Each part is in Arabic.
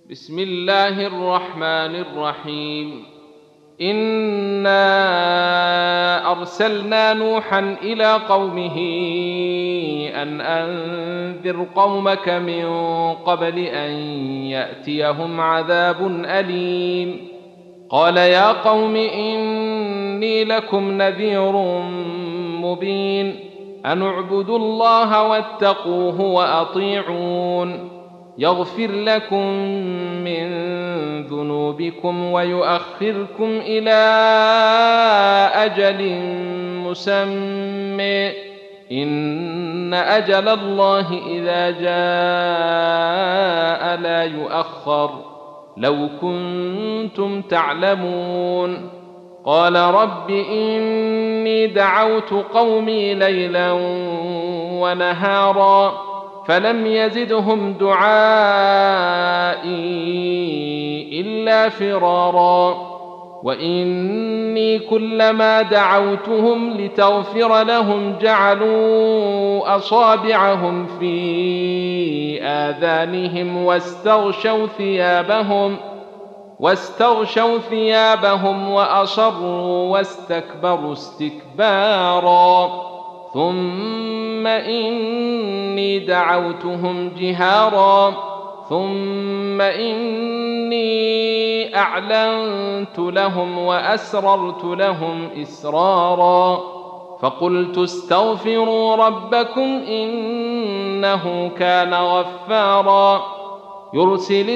بسم الله الرحمن الرحيم. إنا أرسلنا نوحا إلى قومه أن أنذر قومك من قبل أن يأتيهم عذاب أليم. قال يا قوم إني لكم نذير مبين أن اعبدوا الله واتقوه وأطيعون يغفر لكم من ذنوبكم ويؤخركم إلى أجل مسمى إن أجل الله إذا جاء لا يؤخر لو كنتم تعلمون. قال رب إني دعوت قومي ليلا ونهارا فلم يزدهم دعائي إلا فرارا وإني كلما دعوتهم لتغفر لهم جعلوا أصابعهم في آذانهم واستغشوا ثيابهم وأصروا واستكبروا استكبارا ثم إني دعوتهم جهارا ثم إني أعلنت لهم وأسررت لهم إسرارا فقلت استغفروا ربكم إنه كان غفارا يرسل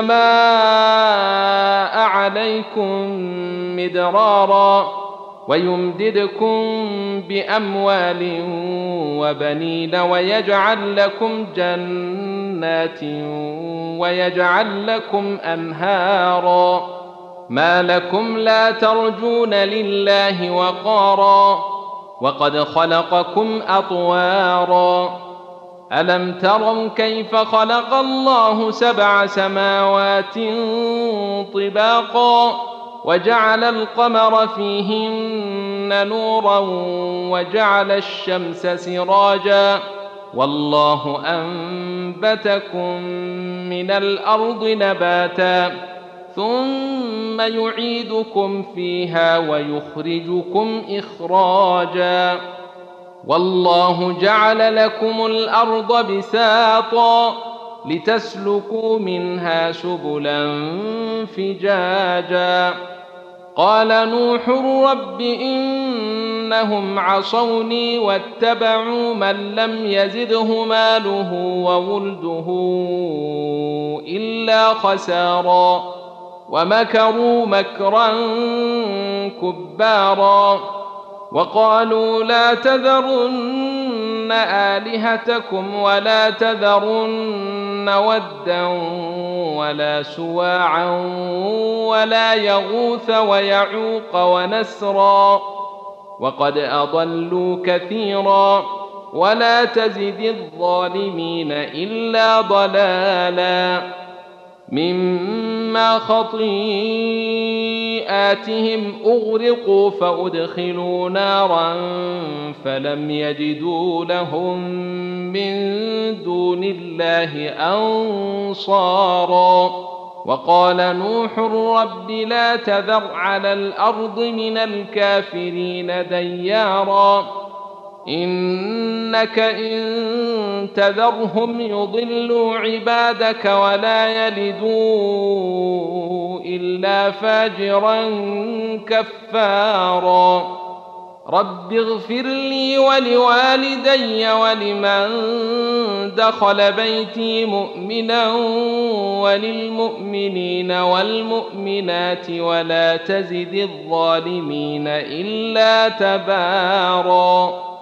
السماء عليكم مدرارا ويمددكم بأموال وبنين ويجعل لكم جنات ويجعل لكم أنهارا ما لكم لا ترجون لله وقارا وقد خلقكم أطوارا ألم تروا كيف خلق الله 7 سماوات طباقا وجعل القمر فيهن نورا وجعل الشمس سراجا والله أنبتكم من الأرض نباتا ثم يعيدكم فيها ويخرجكم إخراجا والله جعل لكم الأرض بساطا لتسلكوا منها سبلا فجاجا قال نوح رب إنهم عصوني واتبعوا من لم يزده ماله وولده إلا خسارا ومكروا مكرا كبارا وقالوا لا تذرن آلهتكم ولا تذرن ودا ولا سواعا ولا يغوث ويعوق ونسرا وقد أضلوا كثيرا ولا تزد الظالمين إلا ضلالا مما خطيئاتهم أغرقوا فأدخلوا نارا فلم يجدوا لهم من دون الله أنصارا وقال نوح رب لا تذر على الأرض من الكافرين ديارا إنك إن تذرهم يضلوا عبادك ولا يلدوا إلا فاجرا كفارا رب اغفر لي ولوالدي ولمن دخل بيتي مؤمنا وللمؤمنين والمؤمنات ولا تزد الظالمين إلا تبارا.